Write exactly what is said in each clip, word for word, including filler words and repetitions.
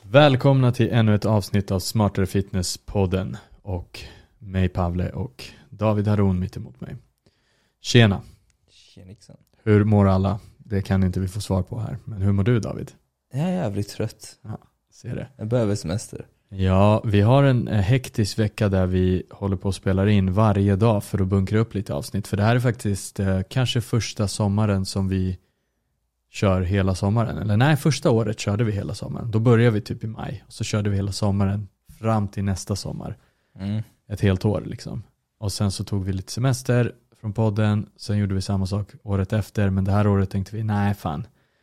Välkomna till ännu ett avsnitt av Smartare Fitness-podden och mig Pavle och David Haron mitt emot mig. Tjena. Tjenixen. Hur mår alla? Det kan inte vi få svar på här. Men hur mår du, David? Jag är jävligt trött. Ja, ser det. Jag behöver semester. Ja, vi har en hektisk vecka där vi håller på att spela in varje dag för att bunkra upp lite avsnitt. För det här är faktiskt eh, kanske första sommaren som vi kör hela sommaren. Eller nej, första året körde vi hela sommaren. Då började vi typ i maj. Och så körde vi hela sommaren fram till nästa sommar. Mm. Ett helt år liksom. Och sen så tog vi lite semester från podden. Sen gjorde vi samma sak året efter. Men det här året tänkte vi, nej fan.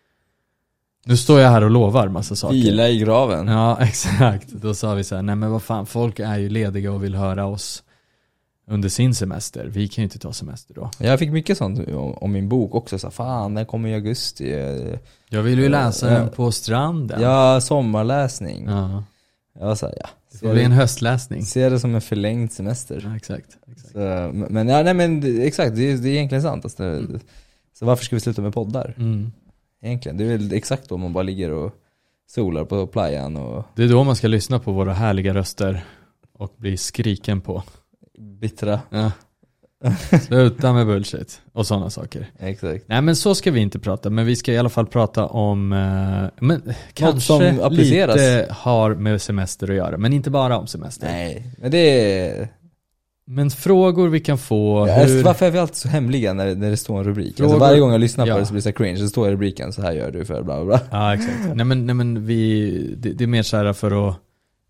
Nu står jag här och lovar massa saker. Vila i graven. Ja, exakt. Då sa vi så här, nej men vad fan, folk är ju lediga och vill höra oss under sin semester. Vi kan ju inte ta semester då. Jag fick mycket sånt om min bok också. Så fan, den kommer i augusti. Jag vill ju läsa den på stranden. Ja, sommarläsning. Ja. Jag var så här, ja. Det blir en höstläsning. Ser det som en förlängd semester. Ja, exakt. exakt. Så, men ja, nej men exakt, det är, det är egentligen sant. Alltså, mm. Så varför ska vi sluta med poddar? Mm. Egentligen, det är väl exakt då man bara ligger och solar på playan. Och det är då man ska lyssna på våra härliga röster och bli skriken på. Bittra. Ja. Sluta med bullshit och sådana saker. Exakt. Nej men så ska vi inte prata. Men vi ska i alla fall prata om eh, men kanske som appliceras. Lite har med semester att göra. Men inte bara om semester. Nej, men det är... Men frågor vi kan få. Ja, hur... Varför är vi alltid så hemliga när, när det står en rubrik? Alltså varje gång jag lyssnar på ja. det så blir det så cringe. Så står i rubriken, så här gör du för bla bla bla. Ja exakt. nej men, nej, men vi, det, det är mer så här för att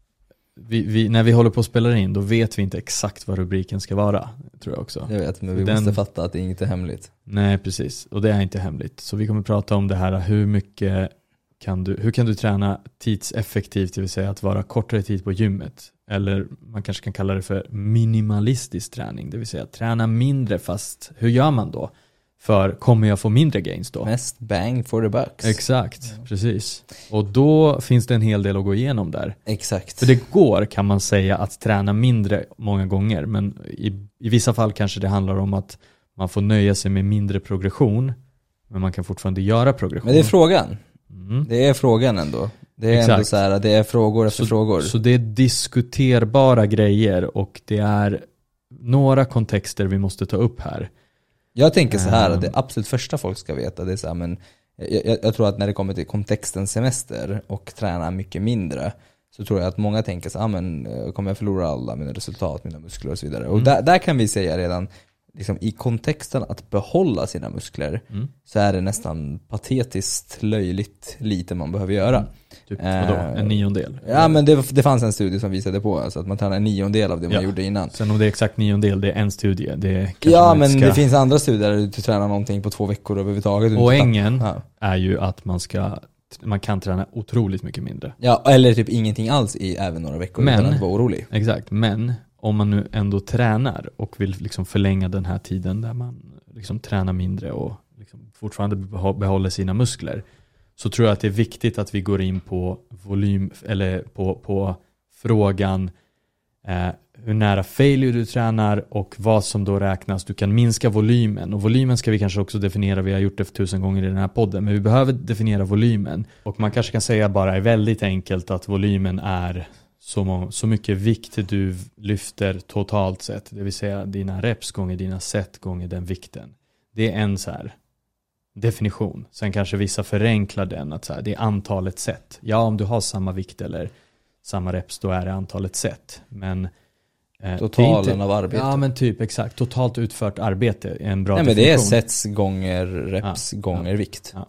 vi, vi, när vi håller på att spela in, då vet vi inte exakt vad rubriken ska vara, tror jag också. Jag vet, men vi Den... måste fatta att det är inte hemligt. Nej, precis. Och det är inte hemligt. Så vi kommer prata om det här, hur mycket kan du, hur kan du träna tidseffektivt, det vill säga att vara kortare tid på gymmet. Eller man kanske kan kalla det för minimalistisk träning, det vill säga träna mindre, fast hur gör man då? För kommer jag få mindre gains då? Mest bang for the bucks. Exakt, ja. Precis. Och då finns det en hel del att gå igenom där. Exakt. För det går, kan man säga, att träna mindre många gånger. Men i, i vissa fall kanske det handlar om att man får nöja sig med mindre progression. Men man kan fortfarande göra progression. Men det är frågan. Mm. Det är frågan ändå. Det är Exakt. ändå så här, det är frågor efter så, frågor. Så det är diskuterbara grejer. Och det är några kontexter vi måste ta upp här. Jag tänker så här, att det absolut första folk ska veta, det är så här, men jag, jag tror att när det kommer till kontexten semester och träna mycket mindre, så tror jag att många tänker så här, ah, men kommer jag förlora alla mina resultat, mina muskler och så vidare. Mm. Och där, där kan vi säga redan, liksom, i kontexten att behålla sina muskler, mm. så är det nästan patetiskt löjligt lite man behöver göra. Mm. Typ, vadå? En niondel? Ja, men det, det fanns en studie som visade på alltså att man tränar en niondel av det man ja. gjorde innan. Sen om det är exakt niondel, det är en studie. Det ja, men ska... det finns andra studier där du tränar någonting på två veckor överhuvudtaget. Poängen ja. är ju att man ska man kan träna otroligt mycket mindre. Ja, eller typ ingenting alls i även några veckor men, utan att vara orolig. Exakt, men om man nu ändå tränar och vill liksom förlänga den här tiden där man liksom tränar mindre och liksom fortfarande behåller sina muskler, så tror jag att det är viktigt att vi går in på volym eller på, på frågan eh, hur nära failure du tränar och vad som då räknas. Du kan minska volymen, och volymen ska vi kanske också definiera. Vi har gjort det för tusen gånger i den här podden, men vi behöver definiera volymen. Och man kanske kan säga bara är väldigt enkelt att volymen är så, må- så mycket vikt du lyfter totalt sett. Det vill säga dina reps gånger dina set gånger den vikten. Det är en så här definition. Sen kanske vissa förenklar den att så här, det är antalet set. Ja, om du har samma vikt eller samma reps, då är det antalet set. Men eh, totalen inte, av arbete. Ja, men typ exakt. Totalt utfört arbete är en bra nej, definition. Men det är sets gånger reps ja, gånger ja, vikt. Ja.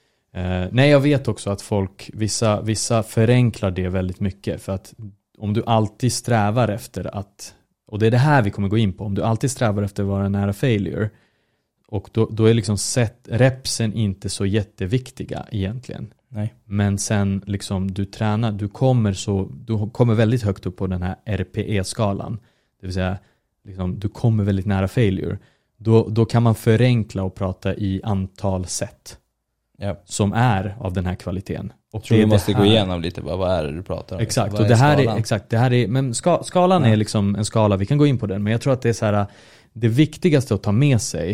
Eh, nej, jag vet också att folk, vissa, vissa förenklar det väldigt mycket. För att om du alltid strävar efter att, och det är det här vi kommer gå in på, om du alltid strävar efter att vara nära failure, och då, då är liksom set, repsen inte så jätteviktiga egentligen. Nej. Men sen liksom du tränar, du kommer så du kommer väldigt högt upp på den här R P E-skalan. Det vill säga liksom, du kommer väldigt nära failure. Då, då kan man förenkla och prata i antal set. Ja. Som är av den här kvaliteten. Och jag tror det vi måste här. gå igenom lite vad, vad är det du pratar om. Exakt, vad och det här skalan? är exakt, det här är men ska, skalan ja. är liksom en skala, vi kan gå in på den, men jag tror att det är så här, det viktigaste att ta med sig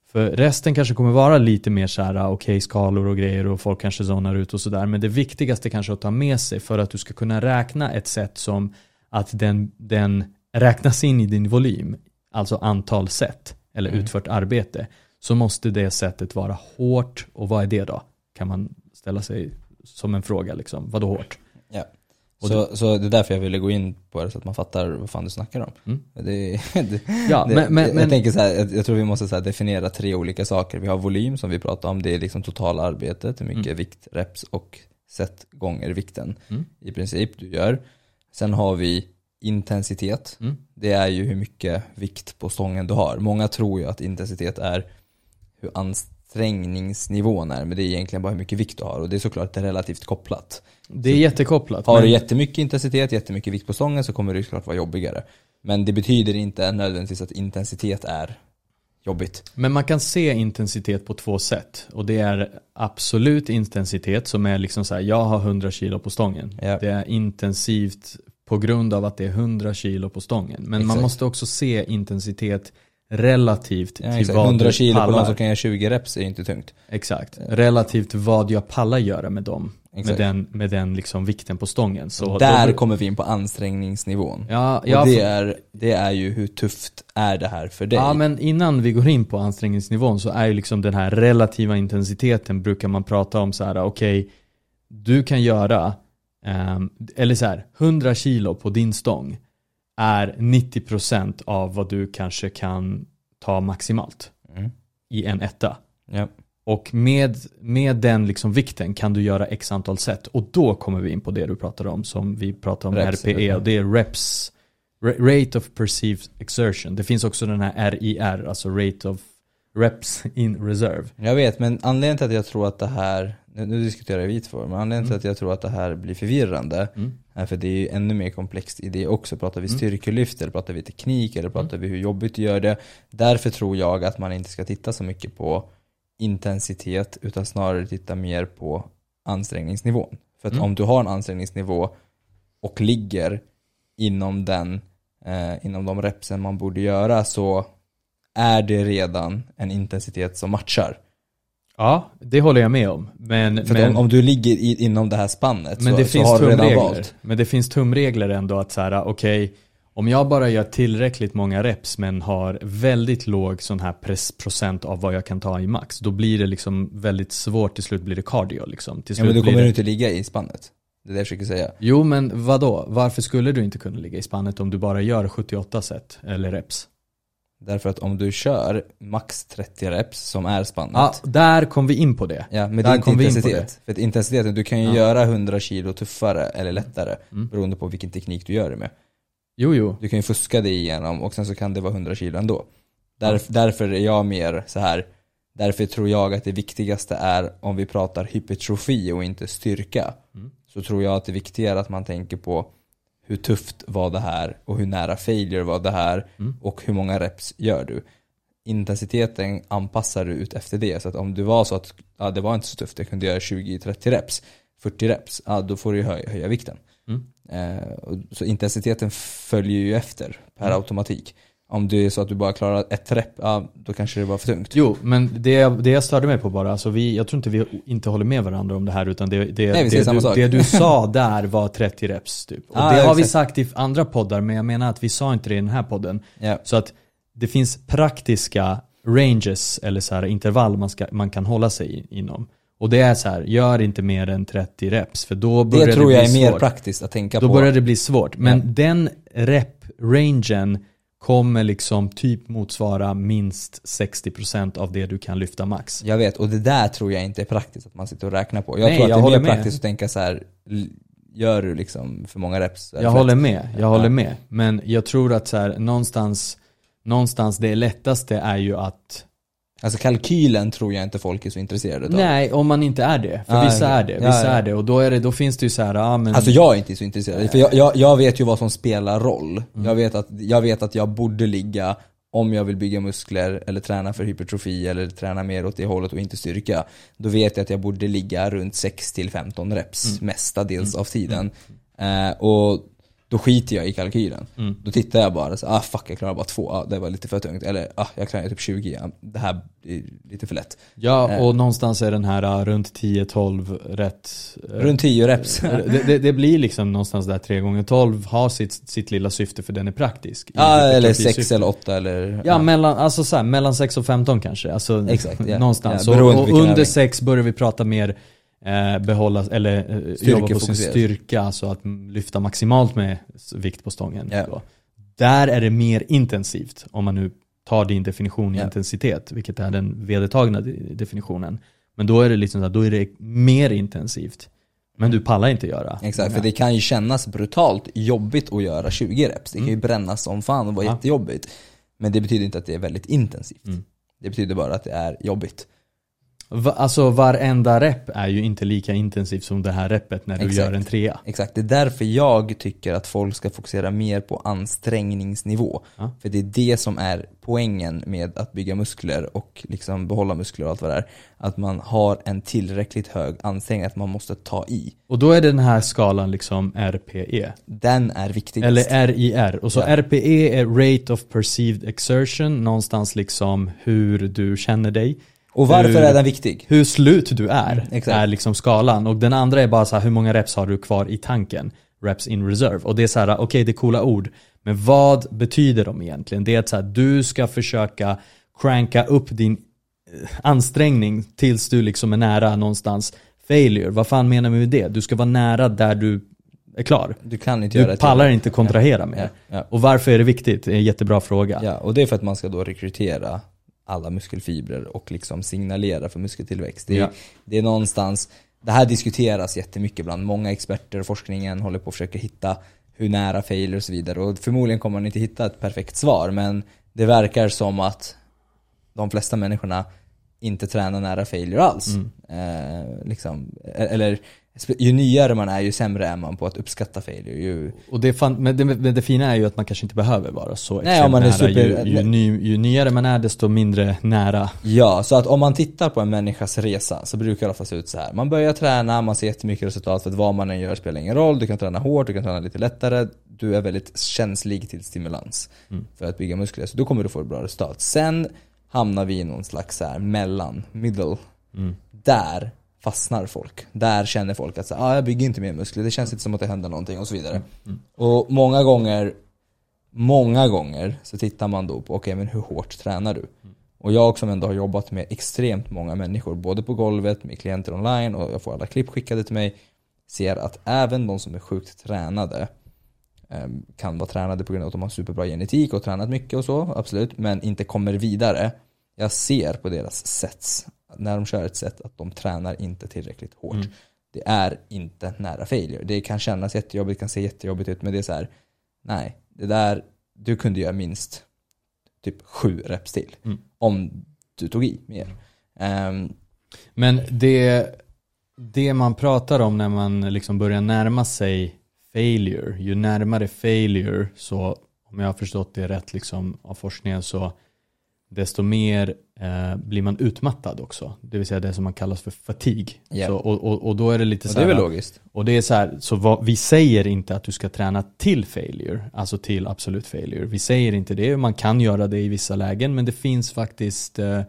För resten kanske kommer vara lite mer så här, okej, okay, skalor och grejer och folk kanske zonar ut och sådär. Men det viktigaste kanske att ta med sig för att du ska kunna räkna ett sätt som att den, den räknas in i din volym, alltså antal sätt eller mm. utfört arbete, så måste det sättet vara hårt. Och vad är det då? Kan man ställa sig som en fråga liksom. Vad då hårt? Ja. Så, det, så det är därför jag ville gå in på det så att man fattar vad fan du snackar om. Mm. Det, det, ja, det, men, men, jag men, tänker så här, jag, jag tror vi måste så här definiera tre olika saker. Vi har volym som vi pratar om, det är liksom totala arbetet, hur mycket mm. vikt, reps och set gånger vikten mm. i princip du gör. Sen har vi intensitet. Mm. Det är ju hur mycket vikt på stången du har. Många tror ju att intensitet är hur ansträngningsnivån är, men det är egentligen bara hur mycket vikt du har, och det är såklart relativt kopplat. Det är så jättekopplat. Har men... du jättemycket intensitet, jättemycket vikt på stången, så kommer det såklart vara jobbigare. Men det betyder inte nödvändigtvis att intensitet är jobbigt. Men man kan se intensitet på två sätt, och det är absolut intensitet som är liksom så här, jag har hundra kilo på stången. Ja. Det är intensivt på grund av att det är hundra kilo på stången. Men exakt. Man måste också se intensitet relativt ja, till vad hundra kilo pallar. På någon som kan göra tjugo reps är inte tungt. Exakt. Relativt vad jag pallar göra med dem. Exakt. Med den, med den liksom vikten på stången. Så där då... kommer vi in på ansträngningsnivån. Ja, och ja, det, är, det är ju hur tufft är det här för dig? Ja, men innan vi går in på ansträngningsnivån så är ju liksom den här relativa intensiteten, brukar man prata om så här, okej, okay, du kan göra um, eller så här, hundra kilo på din stång är nittio procent av vad du kanske kan ta maximalt mm. i en etta. Ja. Och med, med den liksom vikten kan du göra x antal set. Och då kommer vi in på det du pratade om, som vi pratar om reps, R P E. Och det är reps, rate of perceived exertion. Det finns också den här R I R, alltså rate of reps in reserve. Jag vet, men anledningen till att jag tror att det här, nu, nu diskuterar vi två, men anledningen mm. till att jag tror att det här blir förvirrande mm. är för det är ju ännu mer komplext i det också. Pratar vi styrkelyft eller pratar vi teknik eller pratar mm. vi hur jobbigt du gör det. Därför tror jag att man inte ska titta så mycket på intensitet utan snarare titta mer på ansträngningsnivån. För att mm. om du har en ansträngningsnivå och ligger inom den eh, inom de repsen man borde göra, så är det redan en intensitet som matchar. Ja, det håller jag med om. Men, för men, om, om du ligger i, inom det här spannet men så, det så finns har du redan tumregler. valt. Men det finns tumregler ändå att så här, okej, okay, om jag bara gör tillräckligt många reps men har väldigt låg sån här press procent av vad jag kan ta i max, då blir det liksom väldigt svårt, till slut blir det cardio liksom. Till slut ja, men då kommer det... du inte ligga i spannet. Det är det jag försöker säga. Jo, men vadå? Varför skulle du inte kunna ligga i spannet om du bara gör sjuttioåtta set eller reps? Därför att om du kör max trettio reps som är spannet. Ja, där kom vi in på det. Ja, men det är inte intensitet. För att intensiteten, du kan ju ja. göra hundra kilo tuffare eller lättare mm. beroende på vilken teknik du gör det med. Jo, jo. Du kan ju fuska det igenom och sen så kan det vara hundra kilo ändå. Därf- ja. Därför är jag mer så här. Därför tror jag att det viktigaste är, om vi pratar hypertrofi och inte styrka, mm. så tror jag att det viktiga är att man tänker på hur tufft var det här och hur nära failure var det här mm. och hur många reps gör du. Intensiteten anpassar du ut efter det. Så att om det var så att ja, det var inte så tufft, jag kunde göra tjugo till trettio reps, fyrtio reps, ja, då får du höja, höja vikten. Mm. Eh, så intensiteten följer ju efter per mm. automatik. Om det är så att du bara klarar ett rep, ja, då kanske det var för tungt. Jo, men det, det jag störde mig på bara, alltså vi, jag tror inte vi inte håller med varandra om det här, utan det, det, Nej, det, det, det du sa där var trettio reps typ. Och ah, det har exakt. vi sagt i andra poddar, men jag menar att vi sa inte det i den här podden. Yeah. Så att det finns praktiska ranges eller så här intervall man, ska, man kan hålla sig inom. Och det är så här, gör inte mer än trettio reps, för då börjar det, det tror jag bli är svårt. Mer praktiskt att tänka då på. Då börjar det bli svårt. Men yeah. den rep-rangen kommer liksom typ motsvara minst sextio procent av det du kan lyfta max. Jag vet, och det där tror jag inte är praktiskt att man sitter och räknar på. Jag Nej, tror att jag det är mer med. praktiskt att tänka så här, gör du liksom för många reps? Jag håller med, jag ja. håller med. Men jag tror att så här, någonstans, någonstans det lättaste är ju att... Alltså kalkylen tror jag inte folk är så intresserade av. Nej, om man inte är det. För ah, vissa är det, vissa ja, ja. är det. Och då, är det, då finns det ju så här... Ja, men... Alltså jag är inte så intresserad. För jag, jag, jag vet ju vad som spelar roll. Mm. Jag, vet att, jag vet att jag borde ligga, om jag vill bygga muskler eller träna för hypertrofi eller träna mer åt det hållet och inte styrka. Då vet jag att jag borde ligga runt sex till femton reps mm. mestadels mm. av tiden. Mm. Uh, och då skiter jag i kalkylen. Mm. Då tittar jag bara så, ah fuck, jag klarar bara två, ah, det var lite för tungt. Eller ah, jag klarar typ tjugo, ah, det här är lite för lätt. Ja, och eh. någonstans är den här uh, runt tio tolv rätt. Uh, runt tio reps. det, det, det blir liksom någonstans där tre gånger tolv har sitt, sitt lilla syfte för den är praktisk. Ja, ah, eller sex eller åtta eller... Ja, ja. Mellan, alltså så här, mellan sex och femton kanske. Alltså, exakt, yeah. någonstans. Yeah, och, och under sex börjar vi prata mer eh, behålla, eller eh, jobba på sin styrka. Alltså att lyfta maximalt med vikt på stången. Yeah. Då. Där är det mer intensivt, om man nu tar din definition i yeah. intensitet, vilket är den vedertagna definitionen. Men då är det liksom så här, då är det mer intensivt. Men du pallar inte göra. Exakt, för det kan ju kännas brutalt jobbigt att göra tjugo reps. Det kan ju mm. brännas som fan och vara ja. jättejobbigt. Men det betyder inte att det är väldigt intensivt. Mm. Det betyder bara att det är jobbigt. Va, alltså varenda rep är ju inte lika intensivt som det här repet när du Exakt. gör en trea. Exakt, det är därför jag tycker att folk ska fokusera mer på ansträngningsnivå. Ja. För det är det som är poängen med att bygga muskler och liksom behålla muskler och allt vad det är. Att man har en tillräckligt hög ansträngning, att man måste ta i. Och då är den här skalan liksom R P E. Den är viktigast. Eller R I R. Och så ja. R P E är Rate of Perceived Exertion. Någonstans liksom hur du känner dig. Och varför hur, är den viktig? Hur slut du är, mm, är liksom skalan. Och den andra är bara så här, hur många reps har du kvar i tanken? Reps in reserve. Och det är så här, okej okay, det är coola ord. Men vad betyder de egentligen? Det är att så här, du ska försöka cranka upp din ansträngning tills du liksom är nära någonstans failure. Vad fan menar vi med det? Du ska vara nära där du är klar. Du kan inte du göra det. pallar till. inte kontrahera mer. Ja, ja. Och varför är det viktigt? Det är en jättebra fråga. Ja, och det är för att man ska då rekrytera alla muskelfibrer och liksom signalera för muskeltillväxt. Det är, ja. det är någonstans, det här diskuteras jättemycket bland många experter och forskningen håller på att försöka hitta hur nära failure och så vidare. Och förmodligen kommer man inte hitta ett perfekt svar, men det verkar som att de flesta människorna inte tränar nära failure alls. Mm. Eh, liksom, eller ju nyare man är, ju sämre är man på att uppskatta failure. Ju... Och det, fan, men det, men det fina är ju att man kanske inte behöver vara så Nej, om man är nära. Super... Ju, ju, ny, ju nyare man är, desto mindre nära. Ja, så att om man tittar på en människas resa så brukar det ofta se ut så här. Man börjar träna, man ser jättemycket resultat för att vad man än gör spelar ingen roll. Du kan träna hårt, du kan träna lite lättare. Du är väldigt känslig till stimulans mm. för att bygga muskler. Så då kommer du få ett bra resultat. Sen hamnar vi i någon slags så här mellan, middle. Mm. Där fastnar folk. Där känner folk att så, ah, jag bygger inte mer muskler. Det känns inte som att det händer någonting och så vidare. Mm. Och många gånger många gånger så tittar man då på okej, okay, men hur hårt tränar du? Mm. Och jag som ändå har jobbat med extremt många människor, både på golvet, med klienter online, och jag får alla klipp skickade till mig, ser att även de som är sjukt tränade eh, kan vara tränade på grund av att de har superbra genetik och tränat mycket och så, absolut, men inte kommer vidare. Jag ser på deras sets, när de kör ett set, att de tränar inte tillräckligt hårt. Mm. Det är inte nära failure. Det kan kännas jättejobbigt, kan se jättejobbigt ut, men det är så här, nej, det där, du kunde göra minst typ sju reps till mm. om du tog i mer. Um, men det, det man pratar om när man liksom börjar närma sig failure, ju närmare failure, så om jag har förstått det rätt liksom av forskningen, så desto mer eh, blir man utmattad också. Det vill säga det som man kallas för fatigue. Yeah. Så, och, och, och då är det lite och så här, det är väl logiskt. Och det är så här, så vad, vi säger inte att du ska träna till failure, alltså till absolut failure. Vi säger inte det, man kan göra det i vissa lägen, men det finns faktiskt eh,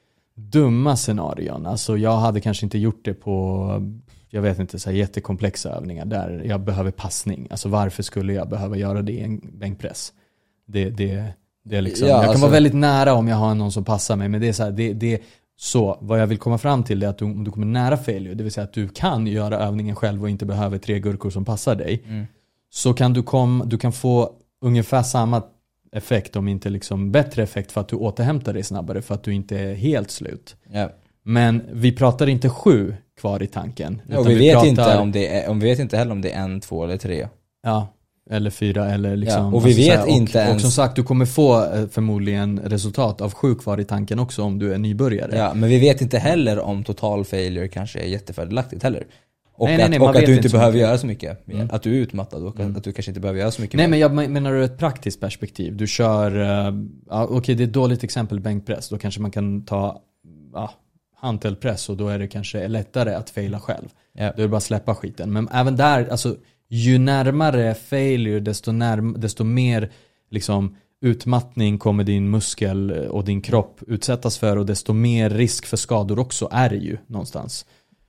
dumma scenarion. Alltså jag hade kanske inte gjort det på, jag vet inte, så här jättekomplexa övningar där jag behöver passning. Alltså varför skulle jag behöva göra det i en bänkpress? Det, det Det är liksom, ja, jag kan alltså, vara väldigt nära om jag har någon som passar mig, men det är så här, det, det, så vad jag vill komma fram till är att du, om du kommer nära failure, det vill säga att du kan göra övningen själv och inte behöver tre gurkor som passar dig, mm. så kan du, kom, du kan få ungefär samma effekt, om inte liksom bättre effekt, för att du återhämtar dig snabbare, för att du inte är helt slut. Ja. Men vi pratar inte sju kvar i tanken. Ja, och vi, vi vet pratar, inte om det är, om vi vet inte heller om det är en, två eller tre. Ja. Eller fyra, eller liksom, ja, och vi alltså vet här, och, inte ens... och som sagt, du kommer få förmodligen resultat av sju kvar i tanken också om du är nybörjare. Ja, men vi vet inte heller om total failure kanske är jättefördelaktigt heller. Och nej, nej, att, nej, och att du inte inte behöver mycket. göra så mycket. Mm. Att du är utmattad och mm. att du kanske inte behöver göra så mycket. Nej, mer. men jag menar ur ett praktiskt perspektiv. Du kör, uh, ja, okej okay, det är ett dåligt exempel, bänkpress. Då kanske man kan ta ja, hantelpress, och då är det kanske lättare att faila själv. Yeah. Då är det bara att släppa skiten. Men även där, alltså ju närmare failure desto, närm- desto mer liksom utmattning kommer din muskel och din kropp utsättas för, och desto mer risk för skador också är det ju någonstans.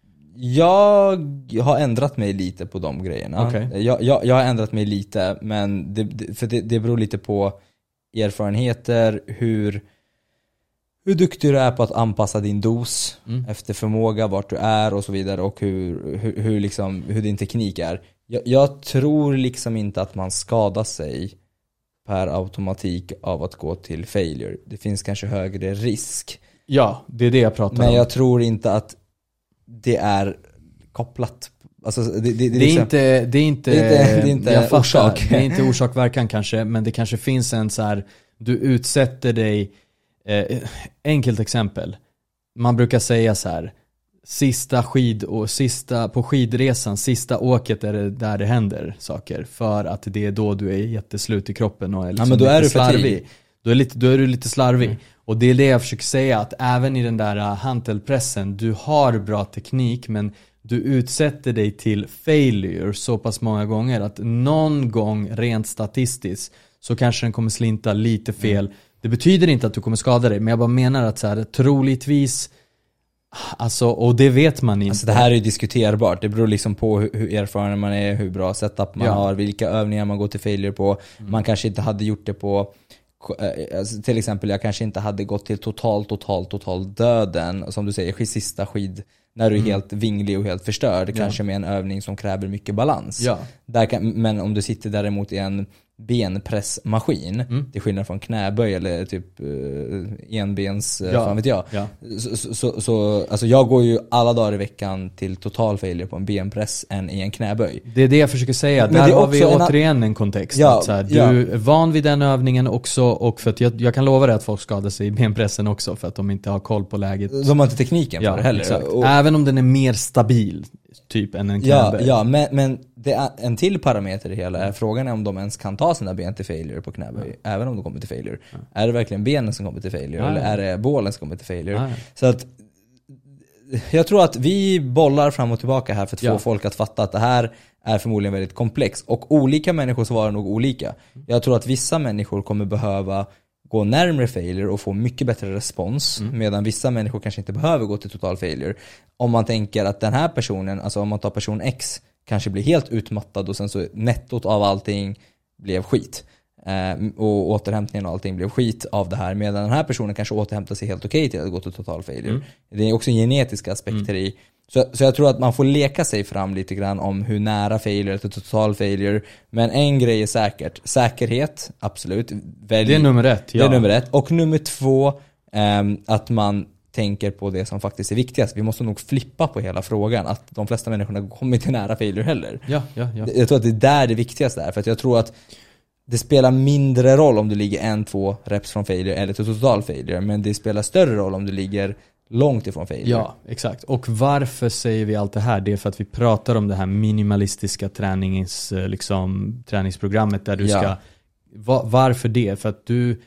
Jag har ändrat mig lite på de grejerna. Okay. Jag, jag, jag har ändrat mig lite, men det, det, för det, det beror lite på erfarenheter, hur, hur duktig du är på att anpassa din dos mm. efter förmåga, vart du är och så vidare, och hur, hur, hur, liksom, hur din teknik är. Jag, jag tror liksom inte att man skadar sig per automatik av att gå till failure. Det finns kanske högre risk. Ja, det är det jag pratar Men om. jag tror inte att det är kopplat. Alltså, det, det, det, det, är liksom, inte, det är inte, det är inte, det är inte jag fattar, orsak. Det är inte orsak-verkan kanske, men det kanske finns en så här, du utsätter dig, eh, enkelt exempel. Man brukar säga så här, sista skid och sista på skidresan, sista åket är det där det händer saker, för att det är då du är jätteslut i kroppen och är liksom ja, men då lite är du slarvig. Då är, lite, då är du lite slarvig. Mm. Och det är det jag försöker säga, att även i den där hantelpressen, du har bra teknik, men du utsätter dig till failure så pass många gånger att någon gång rent statistiskt så kanske den kommer slinta lite fel. Mm. Det betyder inte att du kommer skada dig, men jag bara menar att så här, troligtvis, alltså, och det vet man inte. Alltså det här är ju diskuterbart. Det beror liksom på hur, hur erfaren man är, hur bra setup man ja. har, vilka övningar man går till failure på. Mm. Man kanske inte hade gjort det på, alltså, till exempel jag kanske inte hade gått till total, total, total döden, som du säger, sista skid, när du är mm. helt vinglig och helt förstörd, ja. kanske med en övning som kräver mycket balans. Ja. Där kan, men om du sitter däremot i en benpressmaskin, mm. till skillnad från knäböj eller typ uh, enbens, ja. fan vet jag. Ja. Så, så, så, så alltså jag går ju alla dagar i veckan till total failure på en benpress än i en knäböj. Det är det jag försöker säga. Men där har vi återigen en, en kontext. Ja, att så här, du ja. är van vid den övningen också, och för att jag, jag kan lova dig att folk skadar sig i benpressen också för att de inte har koll på läget. De har inte tekniken ja, för det heller. Exakt. Och, även om den är mer stabil typ än en knäböj. Ja, ja men, men det är en till parameter i hela är frågan är om de ens kan ta sina ben till failure på knäböj, ja. även om de kommer till failure. Ja. Är det verkligen benen som kommer till failure, ja, eller är det bålen som kommer till failure? Ja. Så att jag tror att vi bollar fram och tillbaka här för att få ja. folk att fatta att det här är förmodligen väldigt komplext, och olika människor svarar nog olika. Jag tror att vissa människor kommer behöva gå närmare failure och få mycket bättre respons, mm. medan vissa människor kanske inte behöver gå till total failure. Om man tänker att den här personen, alltså om man tar person X, kanske blir helt utmattad och sen så nettot av allting blev skit. Eh, och återhämtningen och allting blev skit av det här, medan den här personen kanske återhämtar sig helt okej till att gå till total failure. Mm. Det är också genetiska aspekter mm. i. Så, så jag tror att man får leka sig fram lite grann om hur nära failure till total failure. Men en grej är säkert. Säkerhet, absolut. Välj, det är nummer ett. Ja. Det är nummer ett. Och nummer två, eh, att man tänker på det som faktiskt är viktigast. Vi måste nog flippa på hela frågan. Att de flesta människorna kommer inte nära failure heller. Ja, ja, ja. Jag tror att det är där det viktigaste är. För att jag tror att det spelar mindre roll om du ligger en, två reps från failure eller till total failure. Men det spelar större roll om du ligger långt ifrån failure. Ja, exakt. Och varför säger vi allt det här? Det är för att vi pratar om det här minimalistiska tränings, liksom, träningsprogrammet där du ja. ska... Va, varför det? För att du...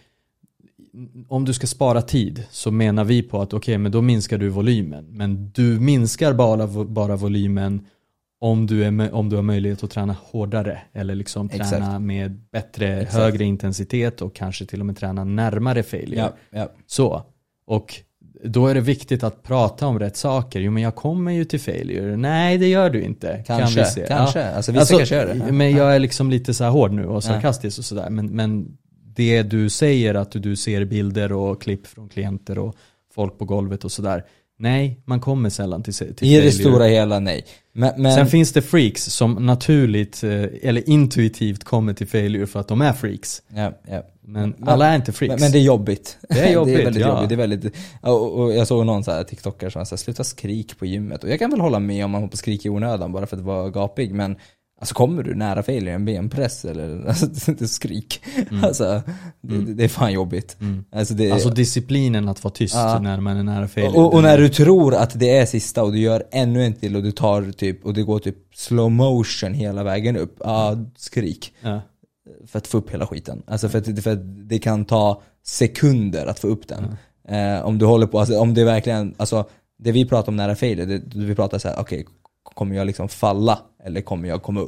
Om du ska spara tid så menar vi på att okej, okay, men då minskar du volymen. Men du minskar bara, bara volymen om du, är, om du har möjlighet att träna hårdare. Eller liksom träna exakt. med bättre, exakt. högre intensitet och kanske till och med träna närmare failure. Ja, ja. Så. Och då är det viktigt att prata om rätt saker. Jo, men jag kommer ju till failure. Nej, det gör du inte. Kanske, kan vi se. kanske. Ja. Alltså vissa alltså, kanske gör det. Men jag är liksom lite så här hård nu och sarkastisk och sådär. Men, men det du säger, att du ser bilder och klipp från klienter och folk på golvet och sådär. Nej, man kommer sällan till, till I failure. det stora hela, nej. Men, men... Sen finns det freaks som naturligt eller intuitivt kommer till failure för att de är freaks. Ja, ja. Men, men alla är inte freaks. Men, men det är jobbigt. Det är jobbigt, det är väldigt ja. jobbigt. Det är väldigt, och, och jag såg någon så här TikTokare som sa sluta skrik på gymmet. Och jag kan väl hålla med om man hoppar skrik i onödan bara för att vara gapig. Men alltså kommer du nära failure, en benpress eller alltså, inte skrik. Mm. Alltså, det, mm. det är fan jobbigt. Mm. Alltså, det, alltså disciplinen att vara tyst ja. när man är nära failure. Och, och när du tror att det är sista och du gör ännu en till och du tar typ, och det går typ slow motion hela vägen upp. Ja, ah, skrik. Ja. För att få upp hela skiten. Alltså för att, för att det kan ta sekunder att få upp den. Mm. Eh, om du håller på, alltså om det verkligen, alltså det vi pratar om nära failure, det, vi pratar så här, okej, okay, kommer jag liksom falla eller kommer jag komma upp?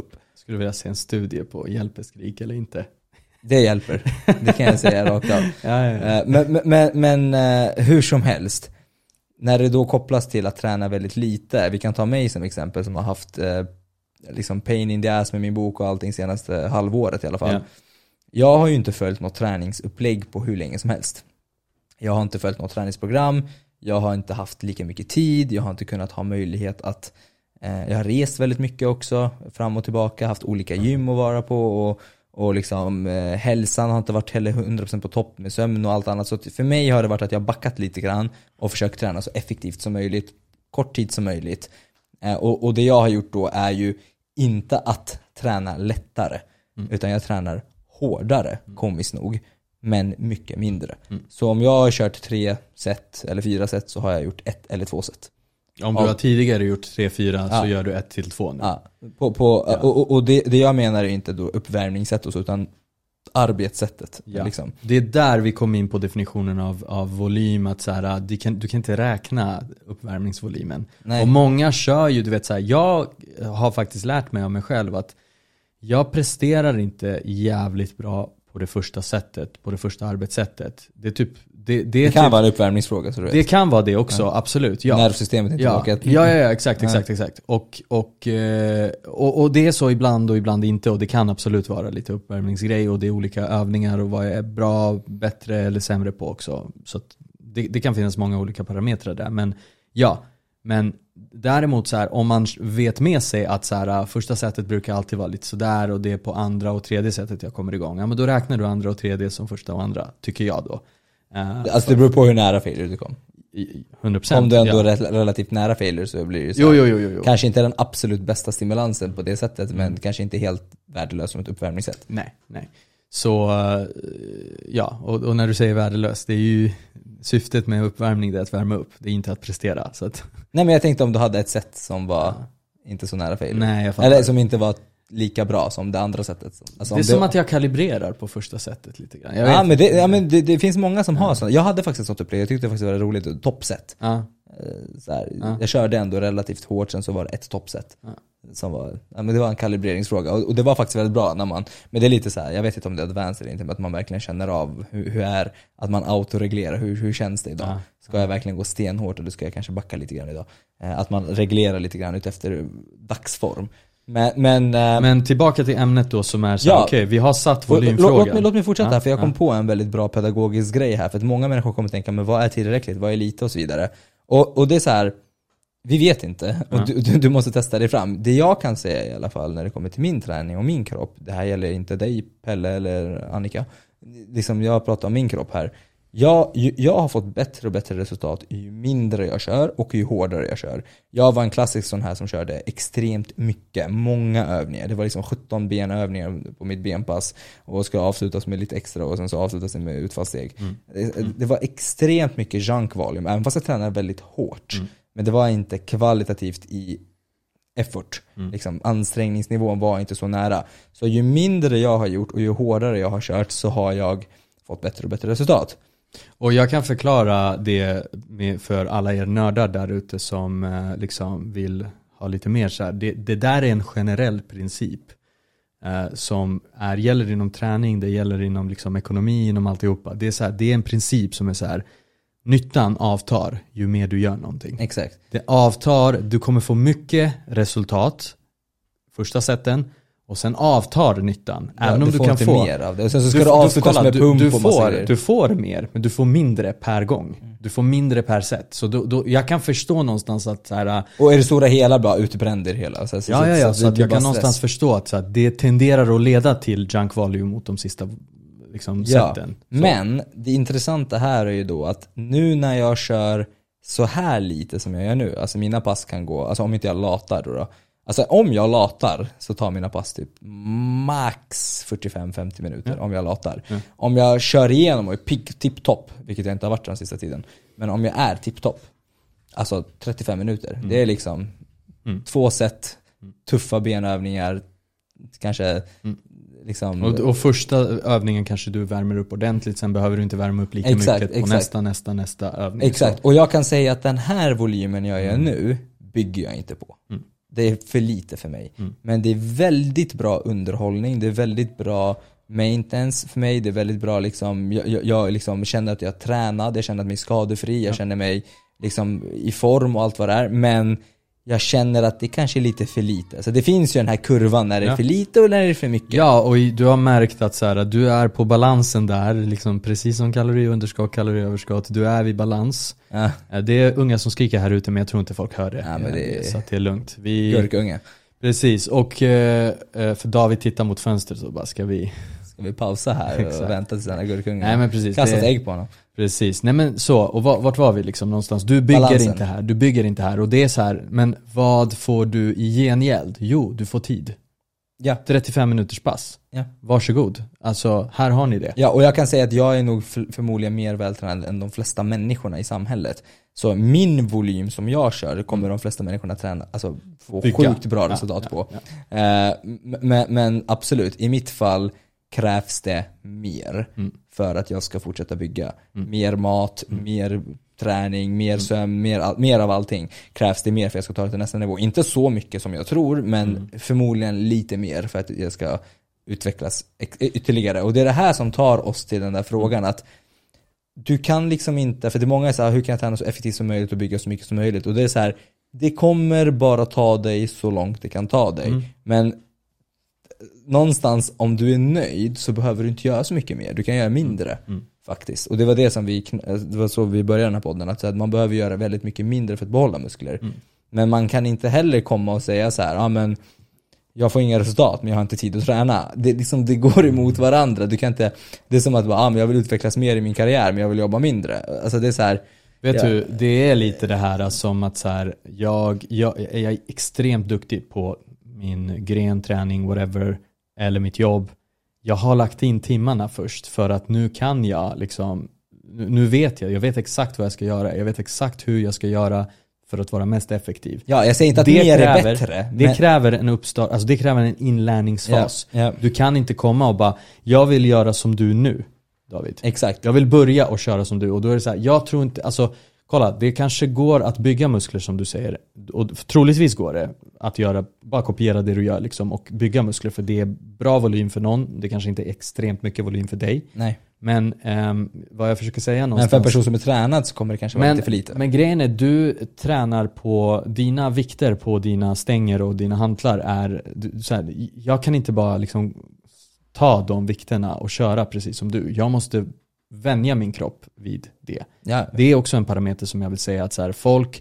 Skulle vilja se en studie på hjälpeskrik eller inte. Det hjälper, det kan jag säga rakt av. Ja, ja, ja. Men, men, men hur som helst, när det då kopplas till att träna väldigt lite, vi kan ta mig som exempel som har haft liksom pain in the ass med min bok och allting senaste halvåret i alla fall. Ja. Jag har ju inte följt något träningsupplägg på hur länge som helst. Jag har inte följt något träningsprogram, jag har inte haft lika mycket tid, jag har inte kunnat ha möjlighet att eh, jag har rest väldigt mycket också, fram och tillbaka, haft olika gym att vara på och, och liksom eh, hälsan har inte varit heller hundra procent på topp med sömn och allt annat. Så för mig har det varit att jag backat lite grann och försökt träna så effektivt som möjligt, kort tid som möjligt. Eh, och, och det jag har gjort då är ju inte att träna lättare, mm. utan jag tränar hårdare, komiskt nog, men mycket mindre. Mm. Så om jag har kört tre set eller fyra set så har jag gjort ett eller två set. Om du har tidigare gjort tre, fyra ja. så gör du ett till två nu. Ja. På, på, ja. Och, och det, det jag menar är inte då uppvärmningssätt och så, utan arbetssättet. Ja. Liksom. Det är där vi kom in på definitionen av, av volym. Att så här, du, kan, du kan inte räkna uppvärmningsvolymen. Nej. Och många kör ju, du vet så här, jag har faktiskt lärt mig av mig själv att jag presterar inte jävligt bra på det första sättet, på det första arbetssättet. Det är typ det, det, det kan typ, vara en uppvärmningsfråga så du vet. Det kan vara det också, ja. Absolut. Ja. Nervsystemet är inte ja. tillbaka. Ja, ja, ja, exakt, exakt, exakt. Och, och, och, och det är så ibland och ibland inte, och det kan absolut vara lite uppvärmningsgrej och det är olika övningar och vad jag är bra, bättre eller sämre på också. Så att det, det kan finnas många olika parametrar där, men ja, men däremot så här, om man vet med sig att så här, första sättet brukar alltid vara lite sådär och det är på andra och tredje sättet jag kommer igång. Ja, men då räknar du andra och tredje som första och andra, tycker jag då. Uh, alltså det beror på hur nära failure du kom. hundra procent. Om du ändå ja. är relativt nära failure så blir det så jo, jo, jo, jo. kanske inte den absolut bästa stimulansen på det sättet, mm. men kanske inte helt värdelös som ett uppvärmningssätt. Nej, nej. Så ja, och, och när du säger värdelös, det är ju syftet med uppvärmning, det är att värma upp, det är inte att prestera. Så att... Nej, men jag tänkte om du hade ett sätt som var ja. inte så nära failure. Nej, jag fattar. Eller som inte var lika bra som det andra sättet. Alltså det är det... som att jag kalibrerar på första sättet lite grann. Jag ja, vet men det, ja, men det, det finns många som ja. har sådana. Jag hade faktiskt ett sånt upplägg, jag tyckte det faktiskt var roligt. Toppset. Ja. Så här, ja. Jag körde ändå relativt hårt, sen så var det ett toppset. Ja. Som var, ja, men det var en kalibreringsfråga. Och, och det var faktiskt väldigt bra när man, men det är lite så här, jag vet inte om det är advanced eller inte, men att man verkligen känner av hur, hur är, att man autoreglerar, hur, hur känns det idag? Ja. Ska jag verkligen gå stenhårt eller ska jag kanske backa lite grann idag? Att man reglerar lite grann ut efter dagsform. Men, men, men tillbaka till ämnet då som är så ja, okej, okay, vi har satt volymfrågan. Låt mig, låt mig fortsätta ja, för jag kom ja. på en väldigt bra pedagogisk grej här. För att många människor kommer tänka, men vad är tillräckligt? Vad är lite och så vidare? Och, och det är så här, vi vet inte. Och ja. du, du, du måste testa dig fram. Det jag kan säga i alla fall när det kommer till min träning och min kropp, det här gäller inte dig, Pelle eller Annika. Liksom jag pratar om min kropp här. Jag, jag har fått bättre och bättre resultat ju mindre jag kör och ju hårdare jag kör. Jag var en klassisk sån här som körde extremt mycket, många övningar. Det var liksom sjutton benövningar på mitt benpass och ska avslutas med lite extra och sen så avslutas det med utfallssteg. Mm. Det, det var extremt mycket junk volume, även fast jag tränade väldigt hårt. Mm. Men det var inte kvalitativt i effort. Mm. Liksom, ansträngningsnivån var inte så nära. Så ju mindre jag har gjort och ju hårdare jag har kört så har jag fått bättre och bättre resultat. Och jag kan förklara det med, för alla er nördar där ute som eh, liksom vill ha lite mer så här. Det, det där är en generell princip eh, som är, gäller inom träning, det gäller inom liksom ekonomi, inom alltihopa. Det är, så här, det är en princip som är så här, nyttan avtar ju mer du gör någonting. Exakt. Det avtar, du kommer få mycket resultat första sätten. Och sen avtar nyttan. Ja, även om du, du kan få mer av det. Och sen så ska du, du avslutas med pump du, du och får, du får mer, men du får mindre per gång. Mm. Du får mindre per set. Så då, då, jag kan förstå någonstans att så här, och är det stora hela bra utbränder hela? Så, ja, ja, ja. Så, så att jag kan stress. någonstans förstå att så här, det tenderar att leda till junk volume mot de sista liksom, ja. seten. Så. Men det intressanta här är ju då att nu när jag kör så här lite som jag gör nu, alltså mina pass kan gå, alltså om inte jag latar då då, alltså om jag latar så tar mina pass typ max fyrtiofem till femtio minuter, ja. Om jag latar. Ja. Om jag kör igenom och är pigg tipptopp, vilket jag inte har varit den sista tiden, men om jag är tipptopp, alltså trettiofem minuter, mm. det är liksom mm. två set, tuffa benövningar, kanske mm. liksom... Och, och första övningen kanske du värmer upp ordentligt, sen behöver du inte värma upp lika exakt, mycket på exakt. nästa, nästa, nästa övning. Exakt, så. Och jag kan säga att den här volymen jag gör mm. nu bygger jag inte på. Mm. Det är för lite för mig. Mm. Men det är väldigt bra underhållning. Det är väldigt bra maintenance för mig. Det är väldigt bra liksom, jag, jag, jag liksom känner att jag tränar. Jag känner att jag är skadefri. Jag ja. känner mig liksom i form och allt vad det är. Men jag känner att det kanske är lite för lite. Så det finns ju den här kurvan när det är ja. för lite och när det är för mycket. Ja, och du har märkt att så här, att du är på balansen där, liksom, precis som kaloriunderskott, kaloriöverskott. Du är vid balans. Ja. Det är unga som skriker här ute, men jag tror inte folk hör det. Ja, men det är... Så att det är lugnt. Vi... Gurkunge. Precis, och för David tittar mot fönstret så bara, ska vi... Ska vi pausa här och vänta tills den här gurkungen? Nej, men precis. Kastat det... ägg på honom. Precis, nej men så, och vart var vi liksom någonstans? Du bygger Balansen. inte här, du bygger inte här, och det är så här, men vad får du i gengäld? Jo, du får tid. Ja. trettiofem minuters pass. Ja. Varsågod. Alltså, här har ni det. Ja, och jag kan säga att jag är nog för, förmodligen mer vältränad än de flesta människorna i samhället. Så min volym som jag kör kommer de flesta människorna träna, alltså få Bygga. sjukt bra Ja, resultat ja, på. ja. Eh, men, men absolut, i mitt fall krävs det mer Mm. för att jag ska fortsätta bygga. Mm. Mer mat, Mm. mer träning, mer sömn, mer, all, mer av allting. Krävs det mer för att jag ska ta det till nästa nivå. Inte så mycket som jag tror, men Mm. förmodligen lite mer för att jag ska utvecklas ytterligare. Och det är det här som tar oss till den där frågan att du kan liksom inte, för det är många så här, hur kan jag träna så effektivt som möjligt och bygga så mycket som möjligt? Och det är så här, det kommer bara ta dig så långt det kan ta dig. Mm. Men någonstans om du är nöjd så behöver du inte göra så mycket mer. Du kan göra mindre Mm. faktiskt. Och det var det som vi, det var så vi började den här podden, att, så att man behöver göra väldigt mycket mindre för att behålla muskler. Mm. Men man kan inte heller komma och säga så här, ja men jag får inga resultat men jag har inte tid att träna. Det, liksom, det går emot varandra. Du kan inte, det är som att ah, men jag vill utvecklas mer i min karriär men jag vill jobba mindre. Alltså det är så här. Vet ja. du, det är lite det här som att så här, jag, jag, jag är extremt duktig på min gren, träning, whatever, eller mitt jobb. Jag har lagt in timmarna först för att nu kan jag liksom, nu vet jag, jag vet exakt vad jag ska göra. Jag vet exakt hur jag ska göra för att vara mest effektiv. Ja, jag säger inte att det mer kräver, är bättre. Det men... kräver en uppstart, alltså det kräver en inlärningsfas. Ja, ja. Du kan inte komma och bara, jag vill göra som du nu, David. Exakt. Jag vill börja och köra som du. Och då är det så här, jag tror inte, alltså kolla, det kanske går att bygga muskler som du säger. Och troligtvis går det att göra, bara kopiera det du gör liksom, och bygga muskler, för det är bra volym för någon. Det kanske inte är extremt mycket volym för dig. Nej. Men um, vad jag försöker säga någonstans. Men för en person som är tränad så kommer det kanske vara men, lite för lite. Men grejen är, du tränar på dina vikter, på dina stänger och dina hantlar är, du, så här, jag kan inte bara liksom ta de vikterna och köra precis som du. Jag måste vänja min kropp vid det. Ja. Det är också en parameter som jag vill säga att så här, folk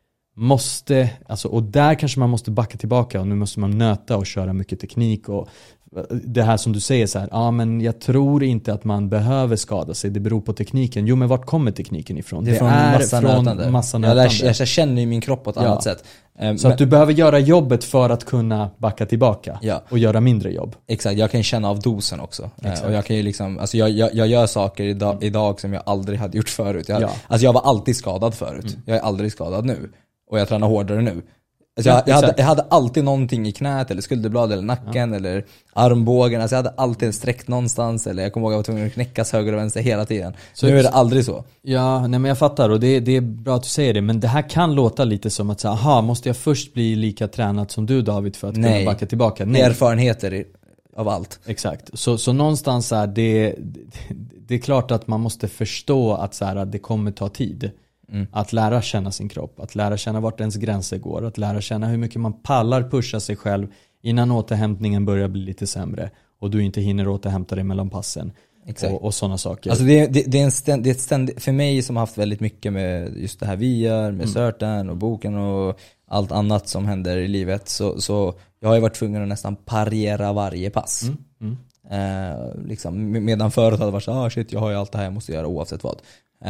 måste, alltså, och där kanske man måste backa tillbaka och nu måste man nöta och köra mycket teknik och det här som du säger så här, ja ah, men jag tror inte att man behöver skada sig, det beror på tekniken. Jo, men vart kommer tekniken ifrån? Det är från det är massa från nötande. massa jag, nötande. lär, jag känner ju min kropp på ett ja. annat sätt. Um, så men, att du behöver göra jobbet för att kunna backa tillbaka ja. och göra mindre jobb. Exakt, jag kan känna av dosen också. Exakt. Och jag kan ju liksom, alltså jag, jag, jag gör saker idag, mm. idag som jag aldrig hade gjort förut. Jag, ja. Alltså jag var alltid skadad förut. Mm. Jag är aldrig skadad nu. Och jag tränar hårdare nu. Alltså jag, jag, hade, jag hade alltid någonting i knät eller skulderblad eller nacken ja. eller armbågen. Alltså jag hade alltid sträckt någonstans, eller jag kommer ihåg att jag var tvungen att knäckas höger och vänster hela tiden. Så nu är det aldrig så. Ja, nej men jag fattar, och det, det är bra att du säger det. Men det här kan låta lite som att säga, aha, måste jag först bli lika tränad som du, David, för att nej. kunna backa tillbaka? Nej. Erfarenheter av allt. Exakt. Så, så någonstans är det, det, det är klart att man måste förstå att så här, att det kommer ta tid. Mm. Att lära känna sin kropp, att lära känna vart ens gränser går, att lära känna hur mycket man pallar pusha sig själv innan återhämtningen börjar bli lite sämre och du inte hinner återhämta dig mellan passen. Exakt. och, och sådana saker. Alltså det, det, det är en ständ, det är ett ständ, för mig som har haft väldigt mycket med just det här vi gör, med mm. Certain och boken och allt annat som händer i livet, så, så jag har ju varit tvungen att nästan parera varje pass. Mm. Mm. Eh, liksom, medan förut hade det varit så ah shit, jag har ju allt det här jag måste göra oavsett vad.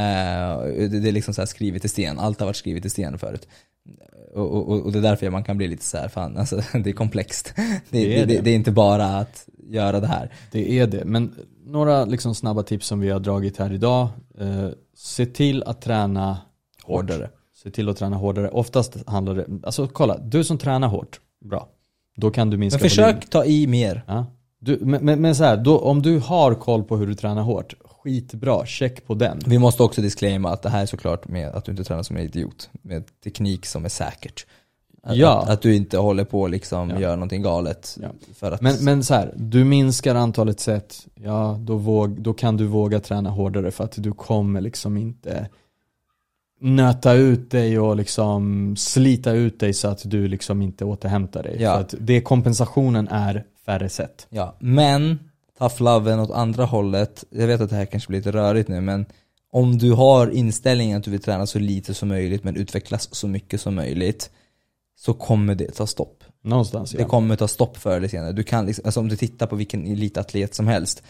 Uh, det, det är liksom så här skrivet i sten. Allt har varit skrivet i sten förut. Och, och, och det är därför man kan bli lite så här, fan, alltså, det är komplext. Det, det, är det. Det, det är inte bara att göra det här. Det är det. Men några liksom snabba tips som vi har dragit här idag. Uh, se till att träna hårdare. Hårt. Se till att träna hårdare. Oftast handlar det, alltså kolla, du som tränar hårt, bra. Då kan du minska. Men försök volym. ta i mer. Ja. Du, men, men, men så här, då, om du har koll på hur du tränar hårt, skitbra, check på den. Vi måste också disclaima att det här är såklart med att du inte tränar som en idiot, med teknik som är säkert. Att, Ja. att, att du inte håller på liksom Ja. gör någonting galet. Ja. För att... Men, men så här, du minskar antalet set, ja då, våg, då kan du våga träna hårdare för att du kommer liksom inte nöta ut dig och liksom slita ut dig så att du liksom inte återhämtar dig. Ja. För att det kompensationen är färre set. Ja, men tough loven åt andra hållet. Jag vet att det här kanske blir lite rörigt nu, men om du har inställningen att du vill träna så lite som möjligt men utvecklas så mycket som möjligt, så kommer det ta stopp. Någonstans, ja. Det kommer ta stopp förr eller senare. Du kan liksom, alltså om du tittar på vilken elitatlet som helst,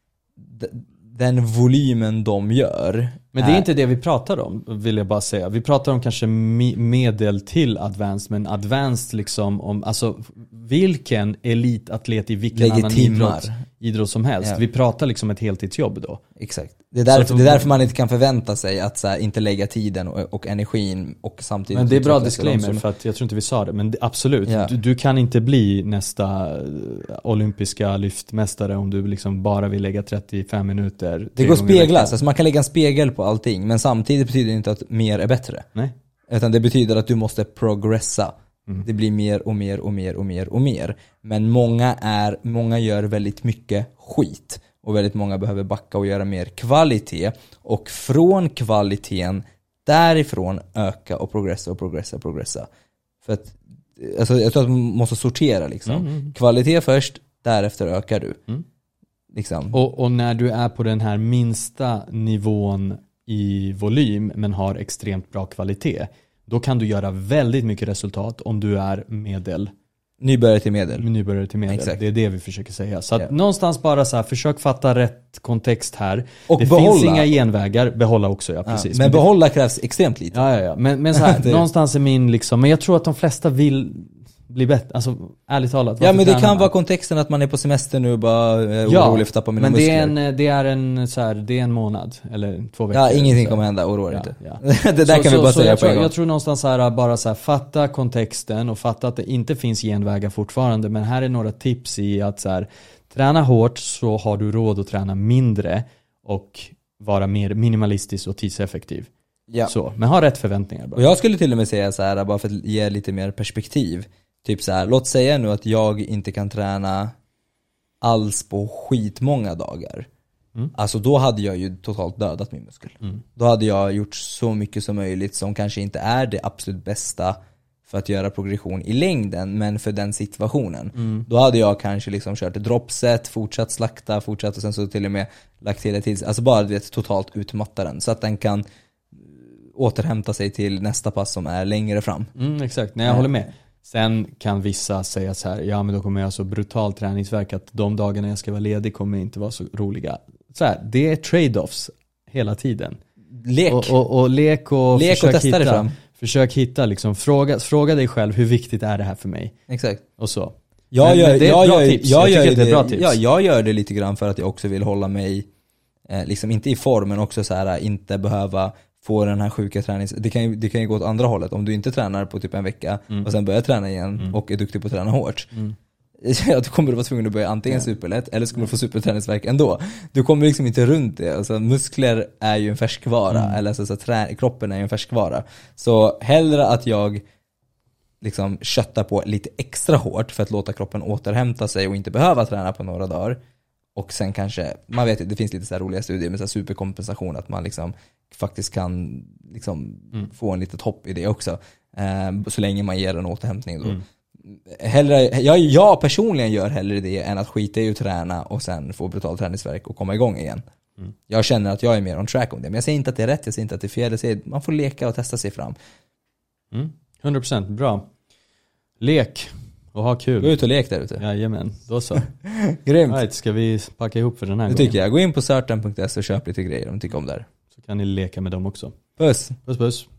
d- den volymen de gör. Men det är inte det vi pratar om, vill jag bara säga. Vi pratar om kanske mi- medel till advanced, men advanced liksom om, alltså vilken elitatlet i vilken Lägger annan timmar. idrott, idrott som helst. Ja. Vi pratar liksom ett heltidsjobb då. Exakt. Det är därför, att- det är därför man inte kan förvänta sig att så här, inte lägga tiden och, och energin och samtidigt... Men det är bra utvecklas disclaimer de som- för att jag tror inte vi sa det, men det, absolut. Ja. Du, du kan inte bli nästa eh, olympiska lyftmästare om du liksom bara vill lägga trettiofem minuter. Det tre går att gånger i veckan. speglas, alltså man kan lägga en spegel på allting, men samtidigt betyder det inte att mer är bättre. Nej. Utan det betyder att du måste progressa. Mm. Det blir mer och mer och mer och mer och mer. Men många, är, många gör väldigt mycket skit. Och väldigt många behöver backa och göra mer kvalitet. Och från kvaliteten, därifrån öka och progressa och progressa och progressa. För att, alltså jag tror att man måste sortera liksom. Mm, mm. Kvalitet först, därefter ökar du. Mm. Liksom. Och, och när du är på den här minsta nivån i volym men har extremt bra kvalitet, då kan du göra väldigt mycket resultat om du är medel. Nybörjare till medel. Nybörjare till medel. Exakt. Det är det vi försöker säga. Så att Ja. någonstans bara så här, försök fatta rätt kontext här. Och det behålla. finns inga genvägar. Behålla också, ja, Ja, precis. men det- behålla krävs extremt lite. Ja, ja, ja. Men, men så här, Det- någonstans är min liksom, men jag tror att de flesta vill bli bättre. Alltså, ärligt talat. Ja, varför men det tränar kan man? vara kontexten att man är på semester nu och bara är Ja, orolig för att tappa mina men det muskler. är en, det är en, så här, det är en månad eller två veckor. Ja, ingenting så. kommer hända, oroa dig Ja, inte. ja. Det där Så- kan så, vi bara så säga jag på tror, en gång. jag tror någonstans så här, bara så här, fatta kontexten och fatta att det inte finns genvägar fortfarande. Men här är några tips i att så här, träna hårt så har du råd att träna mindre och vara mer minimalistisk och tidseffektiv. Ja. Så, men ha rätt förväntningar bara. Och jag skulle till och med säga så här, bara för att ge lite mer perspektiv. Typ så här, låt säga nu att jag inte kan träna alls på skitmånga dagar. Mm. Alltså då hade jag ju totalt dödat min muskel. Mm. Då hade jag gjort så mycket som möjligt som kanske inte är det absolut bästa för att göra progression i längden, men för den situationen. Mm. Då hade jag kanske liksom kört dropset, fortsatt slakta, fortsatt och sen så till och med lagt till det till, alltså bara du vet, totalt utmatta den så att den kan återhämta sig till nästa pass som är längre fram. Mm, exakt, nej jag Ja. håller med. Sen kan vissa säga så här, ja men då kommer jag så brutal träningsvärk att de dagarna jag ska vara ledig kommer inte vara så roliga. Så här, det är trade-offs hela tiden. Lek. Och, och, och lek och Lek och försök testa hitta, dig fram. Försök hitta liksom, fråga, fråga dig själv hur viktigt är det här för mig? Exakt. Och så. Jag Men- gör, men det är jag ett bra gör, tips. jag Jag gör tycker att det är det, bra tips. Ja, jag gör det lite grann för att jag också vill hålla mig eh, liksom inte i form, men också så här inte behöva få den här sjuka tränings... Det kan ju, det kan ju gå åt andra hållet. Om du inte tränar på typ en vecka Mm. och sen börjar träna igen Mm. och är duktig på att träna hårt. Mm. Ja, då kommer du vara tvungen att börja antingen Ja. superlätt eller skulle du få superträningsverk ändå. Du kommer liksom inte runt det. Alltså, muskler är ju en färskvara, Mm. eller alltså, så trä, kroppen är ju en färskvara. Så hellre att jag liksom köttar på lite extra hårt för att låta kroppen återhämta sig och inte behöva träna på några dagar. Och sen kanske, man vet det finns lite så här roliga studier med så här superkompensation, att man liksom faktiskt kan liksom Mm. få en litet hopp i det också. Eh, så länge man ger en återhämtning då. Mm. Hellre, jag, jag personligen gör hellre det än att skita i att träna och sen få brutal träningsverk och komma igång igen. Mm. Jag känner att jag är mer on track om det. Men jag säger inte att det är rätt, jag säger inte att det är fel. Jag säger att man får leka och testa sig fram. Mm. hundra procent, bra. Lek och ha kul. Gå ut och lek där ute. Jajamän, då så. Grymt. Right, ska vi packa ihop för den här Det gången? tycker jag. Gå in på certain punkt se och köp lite grejer om du tycker om det här. Så kan ni leka med dem också. Puss! Puss puss.